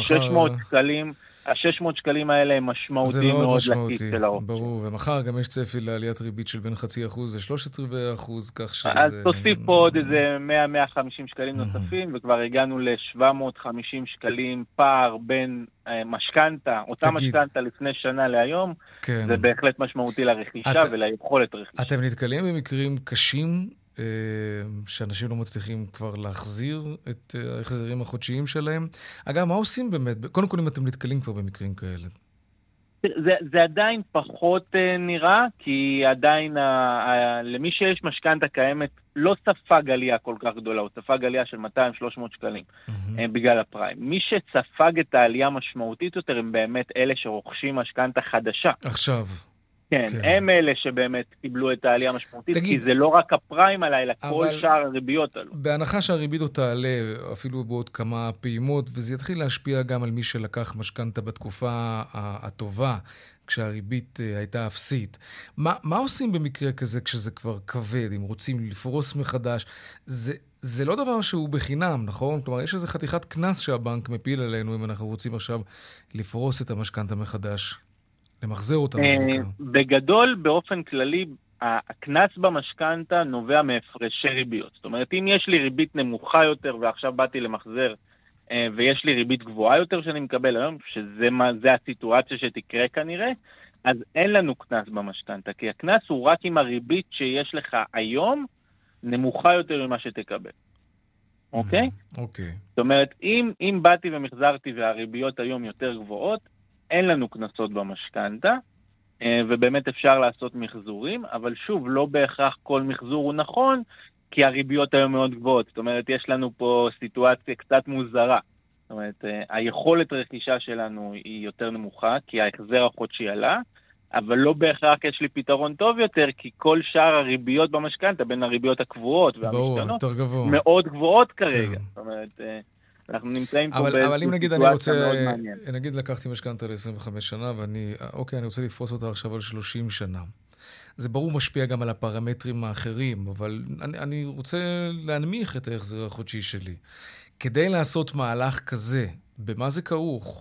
ה-600 שקלים האלה הם משמעותיים מאוד לכיס של הרוב. ברור, ומחר גם יש צפי לעליית ריבית של בין 0.5% ל-3.25%, כך שזה... אז תוסיף פה עוד איזה 100-150 שקלים נוספים, וכבר הגענו ל-750 שקלים פער בין משכנתה, אותה משכנתה לפני שנה להיום, זה בהחלט משמעותי לרכישה וליכולת רכישה. אתם נתקלים במקרים קשים שאנשים לא מצליחים כבר להחזיר את ההחזרים החודשיים שלהם? אגב, מה עושים באמת? קודם כל, אם אתם נתקלים כבר במקרים כאלה. זה עדיין פחות נראה, כי עדיין למי שיש משכנתה קיימת לא ספג עלייה כל כך גדולה, הוא ספג עלייה של 200-300 שקלים בגלל הפריים. מי שספג את העלייה משמעותית יותר הם באמת אלה שרוכשים משכנתה חדשה. עכשיו. כן, הם אלה שבאמת קיבלו את העלייה המשמעותית, כי זה לא רק הפריים עליי, אלא כל שאר הריביות עלו. בהנחה שהריבית עוד תעלה, אפילו בעוד כמה פעימות, וזה יתחיל להשפיע גם על מי שלקח משכנתה בתקופה הטובה, כשהריבית הייתה אפסית. מה עושים במקרה כזה כשזה כבר כבד, אם רוצים לפרוס מחדש? זה לא דבר שהוא בחינם, נכון? כלומר, יש איזו חתיכת כנס שהבנק מפיל עלינו, אם אנחנו רוצים עכשיו לפרוס את המשכנתה מחדש. למחזר אותם משכנתה. בגדול, באופן כללי, הכנס במשכנתה נובע מהפרשי ריביות. זאת אומרת, אם יש לי ריבית נמוכה יותר, ועכשיו באתי למחזר, ויש לי ריבית גבוהה יותר שאני מקבל היום, שזה הסיטואציה שתקרה כנראה, אז אין לנו כנס במשכנתה, כי הכנס הוא רק עם הריבית שיש לך היום, נמוכה יותר ממה שתקבל. אוקיי? אוקיי. זאת אומרת, אם באתי ומחזרתי והריביות היום יותר גבוהות, אין לנו קנסות במשכנתה, ובאמת אפשר לעשות מחזורים, אבל שוב, לא בהכרח כל מחזור הוא נכון, כי הריביות היום מאוד גבוהות. זאת אומרת, יש לנו פה סיטואציה קצת מוזרה. זאת אומרת, היכולת רכישה שלנו היא יותר נמוכה, כי ההחזר החודשי עלה, אבל לא בהכרח יש לי פתרון טוב יותר, כי כל שאר הריביות במשכנתה, בין הריביות הקבועות והמשתנות, מאוד גבוהות כרגע. זאת אומרת, אנחנו נמצאים פה באיזושהי סיטואציה מאוד מעניינת. נגיד לקחתי משכנתה ל-25 שנה, ואני רוצה לפרוס אותה עכשיו על 30 שנה. זה ברור משפיע גם על הפרמטרים האחרים, אבל אני רוצה להנמיך את ההחזר החודשי שלי. כדי לעשות מהלך כזה, במה זה כרוך?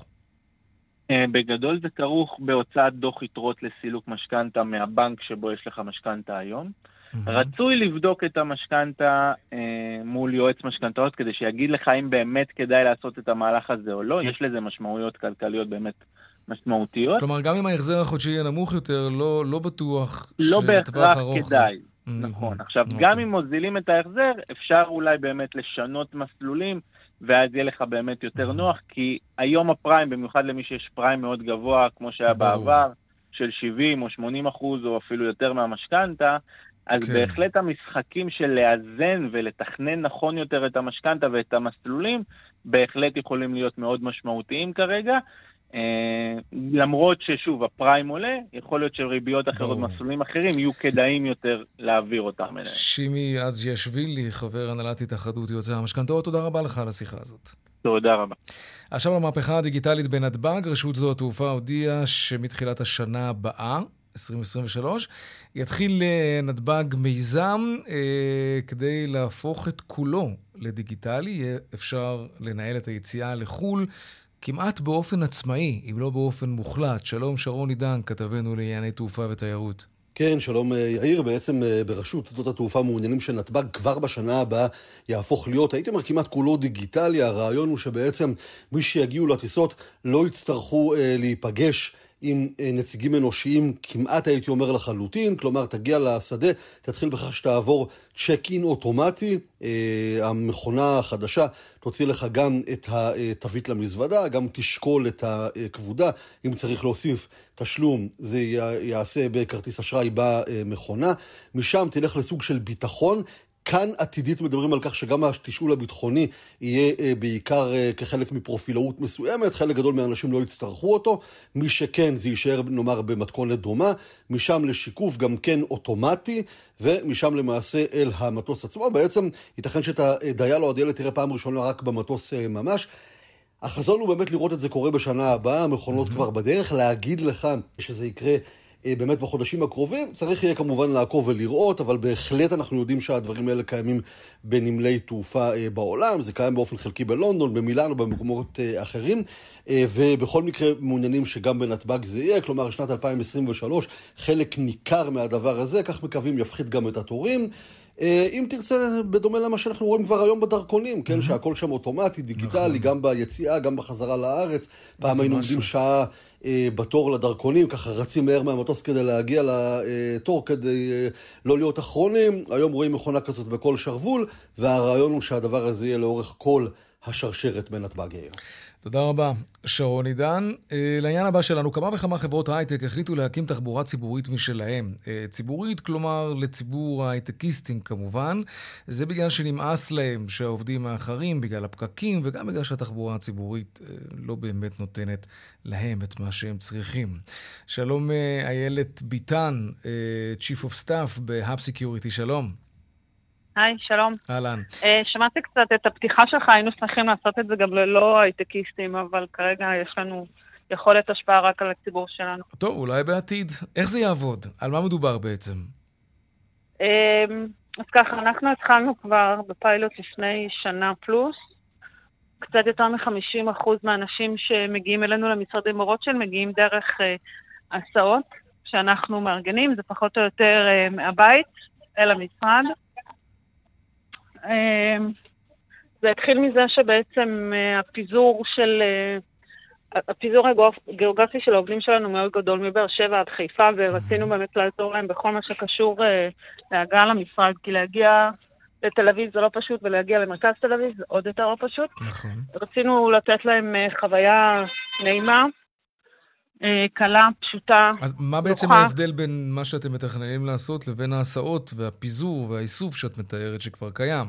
בגדול זה כרוך בהוצאת דוח יתרות לסילוק משכנתה מהבנק שבו יש לך משכנתה היום. רצוי לבדוק את המשכנתה מול יועץ משכנתאות כדי שיגיד לך אם באמת כדאי לעשות את המהלך הזה או לא. יש לזה משמעויות כלכליות באמת משמעותיות. כלומר, גם אם ההחזר החודשי יהיה נמוך יותר, לא בטוח לא בהכרח כדאי. נכון. עכשיו, גם אם מוזילים את ההחזר, אפשר אולי באמת לשנות מסלולים, ואז יהיה לך באמת יותר נוח, כי היום הפריים, במיוחד למי שיש פריים מאוד גבוה, כמו שהיה בעבר, של 70 או 80%, או אפילו יותר מהמשכנתה, אז בהחלט המשחקים של לאזן ולתכנן נכון יותר את המשכנתה ואת המסלולים, בהחלט יכולים להיות מאוד משמעותיים כרגע, למרות ששוב, הפריים עולה, יכול להיות שריביות אחרות, מסלולים אחרים, יהיו כדאיים יותר להעביר אותם אליהם. שימי אזג'יאשווילי, חבר הנהלת התאחדות יועצי המשכנתאות, תודה רבה לך על השיחה הזאת. תודה רבה. עכשיו למהפכה הדיגיטלית בנתב"ג, רשות שדות התעופה הודיעה שמתחילת השנה הבאה, 2023, יתחיל נתב"ג מיזם כדי להפוך את כולו לדיגיטלי, יהיה אפשר לנהל את היציאה לחול, כמעט באופן עצמאי, אם לא באופן מוחלט. שלום שרון עידן, כתבנו לענייני תעופה ותיירות. כן, שלום יאיר. בעצם ברשות שדות התעופה מעוניינים שנתב"ג כבר בשנה הבאה יהפוך להיות, הייתי אומר, כמעט כולו דיגיטלי. הרעיון הוא שבעצם מי שיגיעו לטיסות לא יצטרכו להיפגש עם נציגים אנושיים כמעט הייתי אומר לחלוטין, כלומר תגיע לשדה, תתחיל בכך שתעבור צ'ק-אין אוטומטי, המכונה החדשה תוציא לך גם את התווית למזוודה, גם תשקול את הכבודה, אם צריך להוסיף תשלום זה יעשה בכרטיס אשראי במכונה, משם תלך לסוג של ביטחון, כאן עתידית מדברים על כך שגם התשאול הביטחוני יהיה בעיקר כחלק מפרופילאות מסוימת, חלק גדול מהאנשים לא יצטרכו אותו, מי שכן זה יישאר נאמר במתכונת דומה, משם לשיקוף גם כן אוטומטי, ומשם למעשה אל המטוס עצמו, בעצם ייתכן שאת הדייל או הדייל תראה פעם ראשונה רק במטוס ממש, החזון הוא באמת לראות את זה קורה בשנה הבאה, המכונות כבר בדרך, להגיד לך שזה יקרה באמת בחודשים הקרובים, צריך יהיה כמובן לעקוב ולראות, אבל בהחלט אנחנו יודעים שהדברים האלה קיימים בנמלי תעופה בעולם, זה קיים באופן חלקי בלונדון, במילאן או במקומות אחרים, ובכל מקרה מעוניינים שגם בנתב"ג זה יהיה, כלומר שנת 2023 חלק ניכר מהדבר הזה, כך מקווים יפחית גם את התורים, אם תרצה, בדומה למה שאנחנו רואים כבר היום בדרכונים, כן, שהכל שם אוטומטי, דיגיטלי, גם ביציאה, גם בחזרה לארץ, פעם היינו עומדים שעה בתור לדרכונים, ככה רצים מהר מהמטוס כדי להגיע לתור, כדי לא להיות אחרונים, היום רואים מכונה כזאת בכל שרוול, והרעיון הוא שהדבר הזה יהיה לאורך כל השרשרת בנתב"ג. תודה רבה, שרון עידן. לעניין הבא שלנו, כמה וכמה חברות הייטק החליטו להקים תחבורה ציבורית משלהם. ציבורית, כלומר לציבור ההייטקיסטים כמובן. זה בגלל שנמאס להם שהעובדים האחרים, בגלל הפקקים, וגם בגלל שהתחבורה הציבורית לא באמת נותנת להם את מה שהם צריכים. שלום איילת ביטן, Chief of Staff ב-Hub Security, שלום. היי, שלום. אהלן. שמעתי קצת את הפתיחה שלך, היינו שמחים לעשות את זה גם ללא הייטקיסטים, אבל כרגע יש לנו יכולת השפעה רק על הציבור שלנו. טוב, אולי בעתיד. איך זה יעבוד? על מה מדובר בעצם? אז ככה, אנחנו התחלנו כבר בפיילוט לפני שנה פלוס, קצת יותר מ-50% מהאנשים שמגיעים אלינו למשרדים רוטשילד מגיעים דרך הסעות שאנחנו מארגנים, זה פחות או יותר מהבית אל המשרד. זה התחיל מזה שבעצם הפיזור הגיאוגרפי של העובדים שלנו מאוד גדול מבאר שבע עד חיפה, ורצינו באמת לעזור להם בכל מה שקשור להגעה למשרד, כי להגיע לתל אביב זה לא פשוט, ולהגיע למרכז תל אביב זה עוד יותר לא פשוט. נכון. רצינו לתת להם חוויה נעימה, קלה, פשוטה, אז מה בעצם ההבדל בין מה שאתם מתכננים לעשות לבין ההסעות והפיזור והאיסוף שאת מתארת שכבר קיים?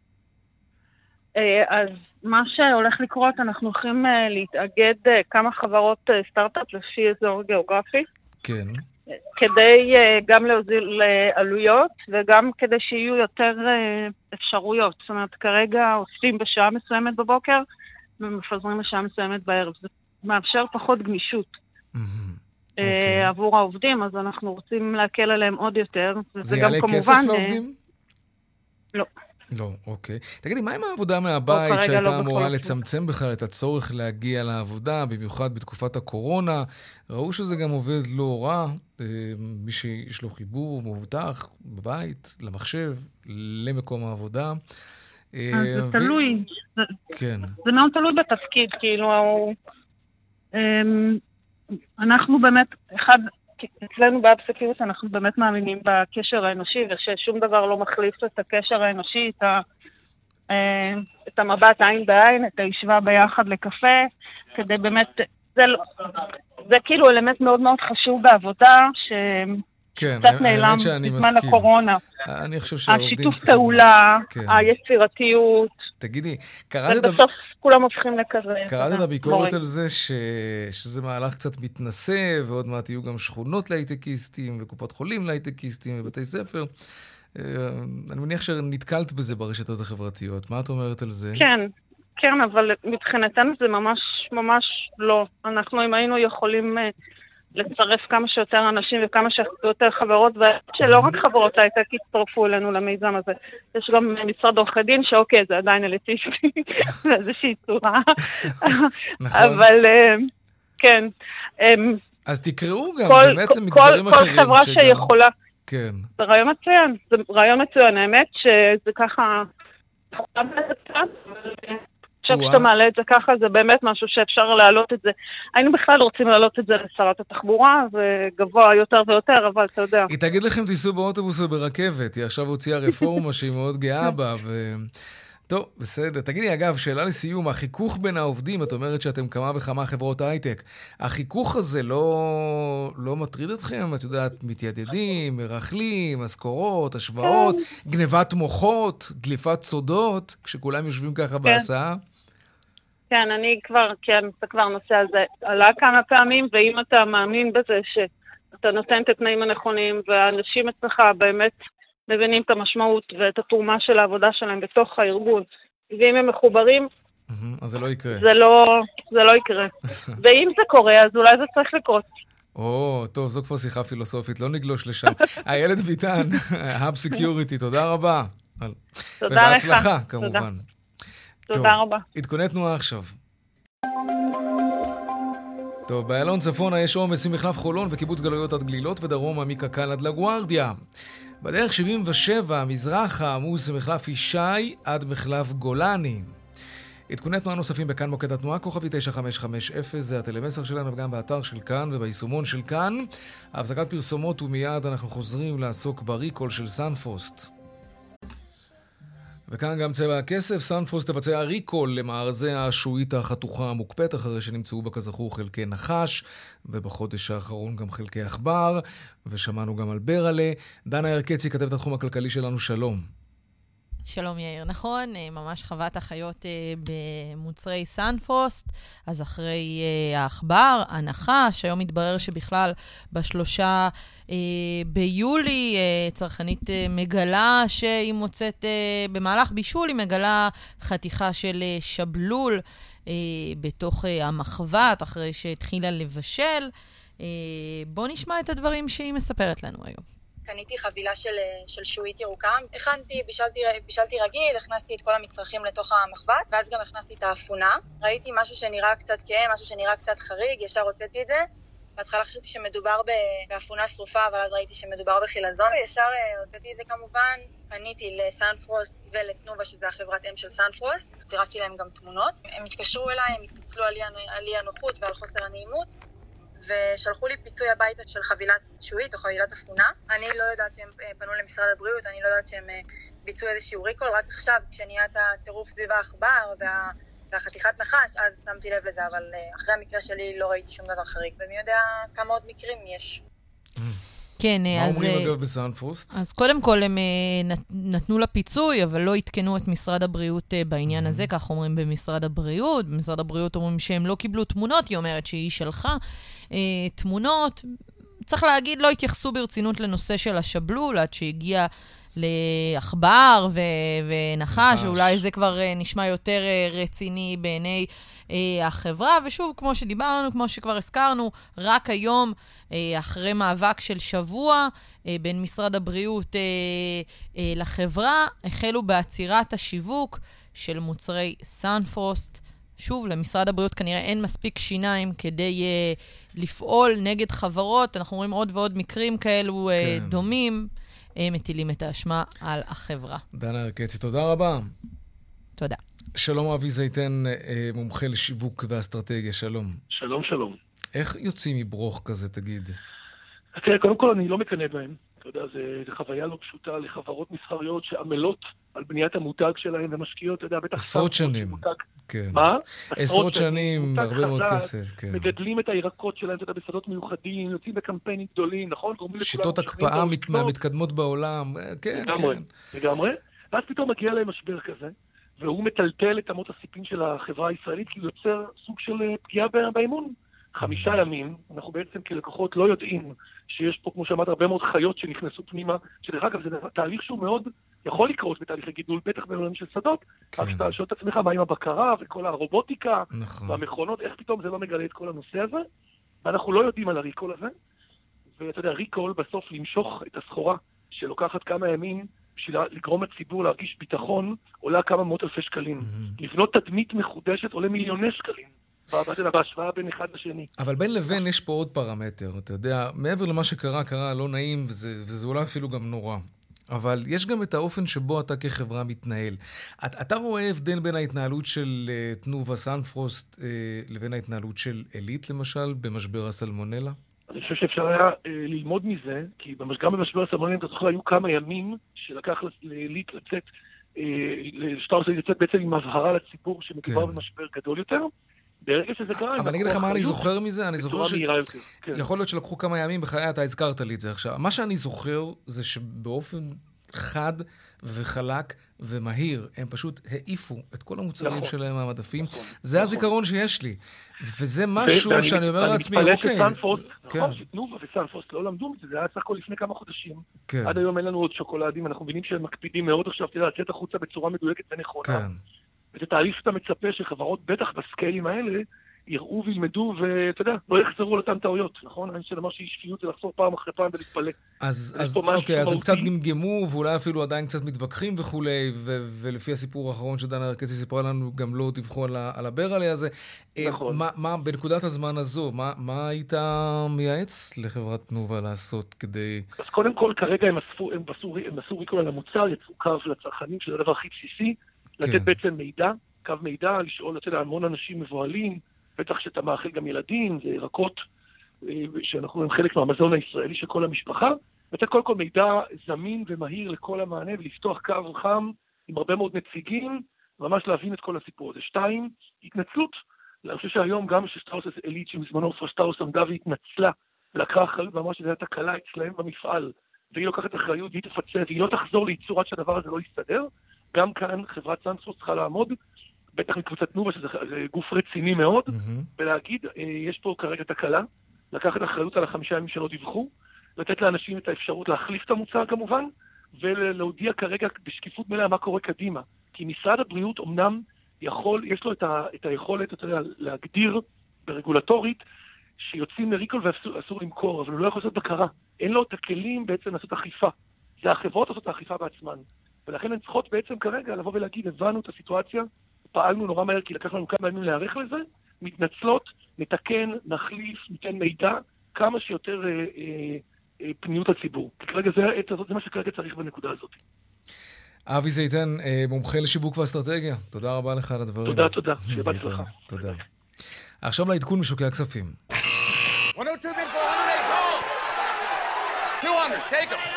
אז מה שהולך לקרות, אנחנו הולכים להתאגד כמה חברות סטארט-אפ לפי אזור גיאוגרפי. כן. כדי גם להוזיל עלויות וגם כדי שיהיו יותר אפשרויות. זאת אומרת, כרגע עושים בשעה מסוימת בבוקר ומפזרים בשעה מסוימת בערב. זה מאפשר פחות גמישות עבור העובדים, אז אנחנו רוצים להקל עליהם עוד יותר. זה יעלה כסף לעובדים? לא. לא, אוקיי. תגידי, מה עם העבודה מהבית שהייתה אמורה לצמצם בכלל את הצורך להגיע לעבודה, במיוחד בתקופת הקורונה? ראו שזה גם עובד לא רע, מי שיש לו חיבור מאובטח בבית, למחשב, למקום העבודה. זה תלוי. כן. זה מאוד תלוי בתפקיד, כאילו, אנחנו באמת, אצלנו באבסקיוס אנחנו באמת מאמינים בקשר האנושי, וששום דבר לא מחליף את הקשר האנושי, את המבט עין בעין, את הישיבה ביחד לקפה, כדי באמת, זה כאילו אלמנט מאוד מאוד חשוב בעבודה, שקצת נעלם בזמן הקורונה. אני חושב שהעובדים השיתוף פעולה, כן. היצירתיות. תגידי, ובסוף כולם הופכים לכזה. קראת את הביקורת על זה שזה מהלך קצת מתנשא, ועוד מעט יהיו גם שכונות להייטקיסטים, וקופות חולים להייטקיסטים, ובתי ספר. אני מניח שנתקלת בזה ברשתות החברתיות. מה את אומרת על זה? כן, אבל מבחינתנו זה ממש ממש לא. אנחנו אם היינו יכולים לצרף כמה שיותר אנשים וכמה שיותר חברות, ושלא רק חברות הייטק יצטרפו אלינו למיזם הזה. יש גם משרד עורכי דין שאוקיי, זה עדיין אליטיסטי, באיזושהי צורה. נכון. אבל כן. אז תקראו גם באמת למגזרים אחרים. כל חברה שיכולה. כן. זה רעיון מצוין. זה רעיון מצוין. האמת שזה ככה... עכשיו שאתה מעלה את זה ככה, זה באמת משהו שאפשר להעלות את זה. היינו בכלל רוצים להעלות את זה לשרת התחבורה, זה גבוה יותר ויותר, אבל אתה יודע. היא תגיד לכם, תיסעו באוטובוס וברכבת, היא עכשיו הוציאה רפורמה שהיא מאוד גאה בה, טוב, בסדר. תגידי, אגב, שאלה לסיום, החיכוך בין העובדים, את אומרת שאתם כמה וכמה חברות הייטק, החיכוך הזה לא מטריד אתכם? את יודעת, מתיידדים, מרחלים, משכורות, השוואות, גנבת מוחות, דליפת סודות, כשכולם יושבים ככה בהסעה? כן, זה כבר נושא הזה עלה כמה פעמים, ואם אתה מאמין בזה שאתה נותן את התנאים הנכונים, והאנשים אצלך באמת מבינים את המשמעות ואת התרומה של העבודה שלהם בתוך הארגון, ואם הם מחוברים, אז זה לא יקרה. זה לא יקרה. ואם זה קורה, אז אולי זה צריך לקרות. טוב, זו כבר שיחה פילוסופית, לא נגלוש לשם. איילת ביטן, Hub Security, תודה רבה. תודה לך. ובהצלחה, כמובן. תודה רבה. עדכוני תנועה עכשיו. טוב, באיילון צפונה יש עומס ממחלף חולון וקיבוץ גלויות עד גלילות ודרומה מקק"ל עד לגוארדיה. בדרך 77 מזרחה עמוס ממחלף ישי עד מחלף גולני. עדכוני תנועה נוספים בכאן מוקד התנועה, כוכבי 9550, זה הטלמסר שלנו וגם באתר של כאן וביישומון של כאן. הפסקת פרסומות ומיד אנחנו חוזרים לעסוק בריקול של סנפרוסט. וכאן גם צבע הכסף, סנפרוסט תבצע ריקול למארזי השעועית החתוכה המוקפאת, אחרי שנמצאו בה כזכור חלקי נחש, ובחודש האחרון גם חלקי עכבר, ושמענו גם על ברלה. דנה ירקצי, כתבת התחום הכלכלי שלנו, שלום. שלום יאיר, נכון, ממש חוות החיות במוצרי סנפרוסט, אז אחרי העכבר, הנחש, היום מתברר שבכלל ב3 ביולי צרכנית מגלה שהיא מוצאת במהלך בישול, היא מגלה חתיכה של שבלול בתוך המחבת אחרי שהתחילה לבשל. בוא נשמע את הדברים שהיא מספרת לנו היום. קניתי חבילה של שעועית ירוקה, בישלתי רגיל, הכנסתי את כל המצרכים לתוך המחבת, ואז גם הכנסתי את האפונה. ראיתי משהו שנראה קצת כהם, משהו שנראה קצת חריג, ישר הוצאתי את זה. בהתחלה חשבתי שמדובר באפונה שרופה, אבל אז ראיתי שמדובר בחילזון, וישר הוצאתי את זה כמובן. פניתי לסנפרוסט ולתנובה, שזה החברת אם של סנפרוסט, צירפתי להם גם תמונות. הם התקשרו אליי, הם התנצלו על אי הנוחות ועל חוסר הנעימות, ושלחו לי פיצוי הביתה של חבילת שועית או חבילת אפונה. אני לא יודעת שהם פנו למשרד הבריאות, אני לא יודעת שהם ביצעו איזשהו ריקול, רק עכשיו כשנהיה את הטירוף סביב העכבר והחתיכת נחש, אז שמתי לב לזה, אבל אחרי המקרה שלי לא ראיתי שום דבר חריג, ומי יודע כמה עוד מקרים יש. כן, מה אומרים אגב בסנפרוסט? אז קודם כל הם נתנו לה פיצוי, אבל לא התקנו את משרד הבריאות בעניין הזה, כך אומרים במשרד הבריאות. במשרד הבריאות אומרים שהם לא קיבלו תמונות, היא אומרת שהיא שלחה תמונות. צריך להגיד, לא התייחסו ברצינות לנושא של השבלול, עד שהגיע לאחבר ונחש, אולי זה כבר נשמע יותר רציני בעיני החברה, ושוב, כמו שדיברנו, כמו שכבר הזכרנו, רק היום, אחרי מאבק של שבוע, בין משרד הבריאות לחברה, החלו בעצירת השיווק של מוצרי סנפרוסט. שוב, למשרד הבריאות כנראה אין מספיק שיניים כדי לפעול נגד חברות. אנחנו רואים עוד ועוד מקרים כאלו דומים, מטילים את האשמה על החברה. דנה הרקצי, תודה רבה. תודה. שלום אבי זייתן, מומחה לשיווק ואסטרטגיה, שלום. שלום, שלום. איך יוצאים מברוך כזה, תגיד? תראה, קודם כל אני לא מקנא בהם. אתה יודע, זו חוויה לא פשוטה לחברות מסחריות שעמלות על בניית המותג שלהם ומשקיעות, אתה יודע, בטח... עשרות שנים. כן. מה? עשרות שנים, הרבה מאוד כסף, כן. מגדלים את הירקות שלהם, אתה יודע, בשדות מיוחדים, יוצאים בקמפיינים גדולים, נכון? שיטות הקפאה מהמתקדמות בעולם, כן, כן. לגמרי. ואז פתאום מגיע להם משבר כזה, והוא מטלטל את אמות הסיפים של החברה הישראלית, כי הוא יוצר סוג של פגיעה באמון. 5 ימים, אנחנו בעצם כלקוחות לא יודעים שיש פה, כמו שאמרת, הרבה מאוד חיות שנכנסו פנימה, שדרך אגב זה תהליך שהוא מאוד יכול לקרות בתהליכי גידול, בטח בעולם של שדות, רק שאתה שואל את עצמך מה עם הבקרה וכל הרובוטיקה והמכונות, איך פתאום זה לא מגלה את כל הנושא הזה, ואנחנו לא יודעים על הריקול הזה, ואתה יודע, ריקול בסוף למשוך את הסחורה שלוקחת כמה ימים, בשביל לגרום לציבור להרגיש ביטחון, עולה כמה מאות אלפי שקלים. לבנות תדמית מחודשת עולה מיליוני שקלים. בהשוואה בין אחד לשני. אבל בין לבין יש פה עוד פרמטר, אתה יודע, מעבר למה שקרה לא נעים, וזה אולי אפילו גם נורא. אבל יש גם את האופן שבו אתה כחברה מתנהל. אתה רואה הבדל בין ההתנהלות של תנובה סנפרוסט לבין ההתנהלות של אלית, למשל, במשבר הסלמונלה? אני חושב שאפשר היה ללמוד מזה, כי גם במשבר הסלמונלה, אתה זוכר, היו כמה ימים שלקח לאלית לצאת, לשטראוס לצאת בעצם עם הבהרה לציבור שמדובר במשבר גדול יותר. ברגע שזה קרה... אבל אני אגיד לך מה אני זוכר מזה, אני זוכר יכול להיות שלקחו כמה ימים בחיי, אתה הזכרת לי את זה עכשיו. מה שאני זוכר זה שבאופן חד וחלק ומהיר, הם פשוט העיפו את כל המוצרים שלהם מהמדפים. זה הזיכרון שיש לי. וזה משהו שאני אומר לעצמי, אוקיי. נכון, שתנובה וסנפרוסט לא למדו מזה, זה היה סך הכל לפני כמה חודשים. עד היום אין לנו עוד שוקולדים, אנחנו מבינים שהם מקפידים מאוד עכשיו, תדע, לצאת החוצה בצורה מדויקת ונכונה. וזה תהליך שאתה מצפה שחברות בטח בסקיילים האלה יראו וילמדו, ואתה יודע, לא יחזרו על אותן טעויות, נכון? אני חושב שהיא שפיות זה לחזור פעם אחרי פעם ולהתפלא. אז אוקיי, אז הם קצת גמגמו, ואולי אפילו עדיין קצת מתווכחים וכולי, ולפי הסיפור האחרון שדנה הרקצי סיפרה לנו, גם לא דיווחו על הברלי הזה. נכון. מה, בנקודת הזמן הזו, מה היית מייעץ לחברת תנובה לעשות כדי... אז קודם כל, כרגע הם עשו ריקול על המוצר, יצאו קו לצרכנים, שזה הדבר הכי בסיסי, לתת בעצם מידע, קו מידע, לשאול, אתה יודע, המון אנשים מבועלים, בטח שאתה מאכל גם ילדים, זה ירקות, שאנחנו הם חלק מהמזון הישראלי של כל המשפחה, לתת קודם כל מידע זמין ומהיר לכל המענה, ולפתוח קו חם עם הרבה מאוד נציגים, ממש להבין את כל הסיפור הזה. 2, התנצלות. אני חושב שהיום גם ששטראוס אלית, שמזמנו שטראוס עמדה והתנצלה, ולקחה אחריות ואמרה שזה היה תקלה אצלהם במפעל, והיא לוקחת אחריות והיא תפצה, והיא לא תחזור לייצור עד שהדבר הזה לא יסתדר. גם כאן חברת סנפרוסט צריכה לעמוד, בטח מקבוצת תנובה, שזה גוף רציני מאוד, ולהגיד, יש פה כרגע תקלה, לקחת אחריות על 5 ימים שלא דיווחו, לתת לאנשים את האפשרות להחליף את המוצר כמובן, ולהודיע כרגע בשקיפות מלאה מה קורה קדימה. כי משרד הבריאות אומנם יש לו את היכולת, אתה יודע, להגדיר ברגולטורית, שיוצאים לריקול ואסור למכור, אבל הוא לא יכול לעשות בקרה. אין לו את הכלים בעצם לעשות אכיפה. זה החברות לעשות האכיפה בעצמן. ולכן הן צריכות בעצם כרגע לבוא ולהגיד, הבנו את הסיטואציה, פעלנו נורא מהר, כי לקח לנו כמה ימים להיערך לזה, מתנצלות, נתקן, נחליף, ניתן מידע, כמה שיותר פניות הציבור. כי כרגע זה מה שכרגע צריך בנקודה הזאת. אבי זייתן, מומחה לשיווק ואסטרטגיה, תודה רבה לך על הדברים. תודה, שיהיה בהצלחה. תודה. עכשיו לעדכון משוקי הכספים. 102 longer. Take them.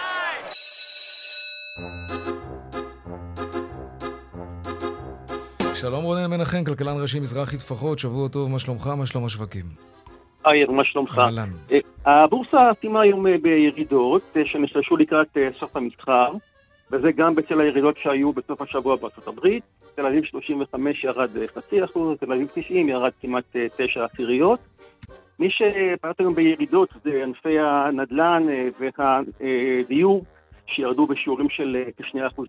שלום רונן מנחם, כלכלן ראשי מזרחי טפחות, שבוע טוב, מה שלומך, מה שלום השווקים? יאיר, מה שלומך? אהלן. הבורסה סיימה היום בירידות שנשלשו לקראת סוף המסחר, וזה גם בצל הירידות שהיו בסוף השבוע בארצות הברית. תל אביב 35 ירד 0.5%, תל אביב 90 ירד כמעט 9%. מי שפרט היום בירידות זה ענפי הנדל"ן והדיור שירדו בשיעורים של כ2%,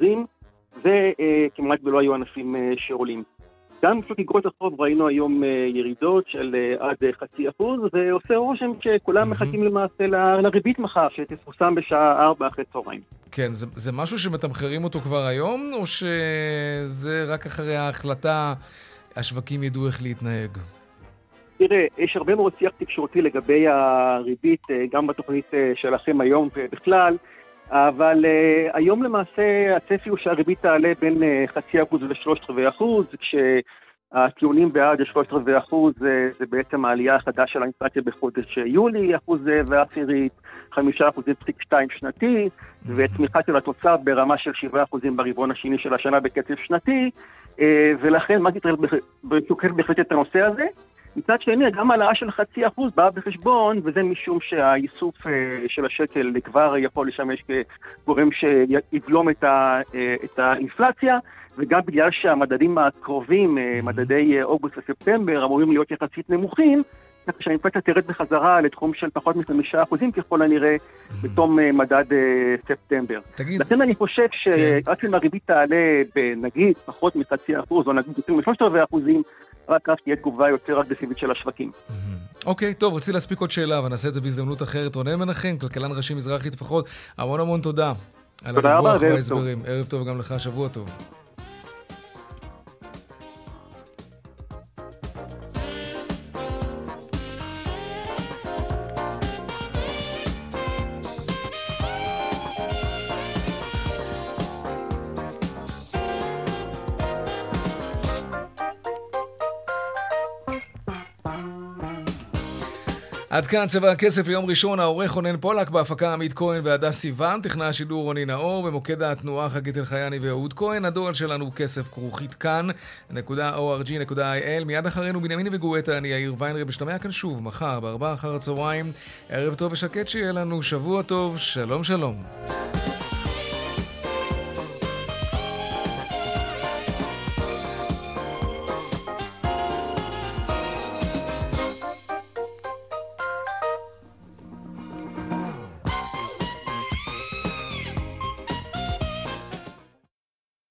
וכמעט ולא היו ענפים שעולים. גם בשוק איגרות החוב ראינו היום ירידות של עד 0.5%, ועושה רושם שכולם מחכים למעשה לריבית מחר, שתפורסם בשעה 4 אחרי צהריים. כן, זה משהו שמתמחרים אותו כבר היום, או שזה רק אחרי ההחלטה השווקים ידעו איך להתנהג? תראה, יש הרבה מאוד שיח תקשורתי לגבי הריבית, גם בתוכנית שלכם היום ובכלל, אבל היום למעשה הצפי הוא שהריבית תעלה בין 0.5% ל3.25%, כשהטיעונים בעד 3.25% זה בעצם העלייה החדשה של האינפלציה בחודש יולי, 1.1%, 5.2% שנתי, וצמיחה של התוצר ברמה של 7% ברבעון השני של השנה בקצב שנתי, ולכן בנק ישראל שוקל בהחלט את הנושא הזה. מצד שני, גם העלאה של 0.5% באה בחשבון, וזה משום שהאיסוף של השקל כבר יכול לשמש כגורם שיבלום את האינפלציה, וגם בגלל שהמדדים הקרובים, מדדי אוגוסט וספטמבר, אמורים להיות יחסית נמוכים, כך שהאינפלציה תרד בחזרה לתחום של פחות מ5% ככל הנראה בתום מדד ספטמבר. לכן אני חושב שרק אם הריבית תעלה בנגיד פחות מ0.5% או נגיד יותר מ3.25%, רק אז תהיה תגובה יותר אגרסיבית של השווקים. אוקיי, טוב, רציתי להספיק עוד שאלה, ונעשה את זה בהזדמנות אחרת. רונן מנחם, כלכלן ראשי מזרחי טפחות, המון תודה. תודה רבה, ערב טוב. ערב טוב גם לך, שבוע טוב. עד כאן צבע הכסף ליום ראשון, העורך רונן פולק, בהפקה עמית כהן והדס סיוון, טכנאי השידור רוני נאור, במוקד התנועה חגית אלחייני ואהוד כהן. הדואל שלנו כסף כרוכית כאן.org.il. מיד אחרינו בנימיני וגואטה, אני יאיר ויינרב, משתמע כאן שוב מחר ב4 אחר הצהריים. ערב טוב ושקט שיהיה לנו, שבוע טוב, שלום שלום.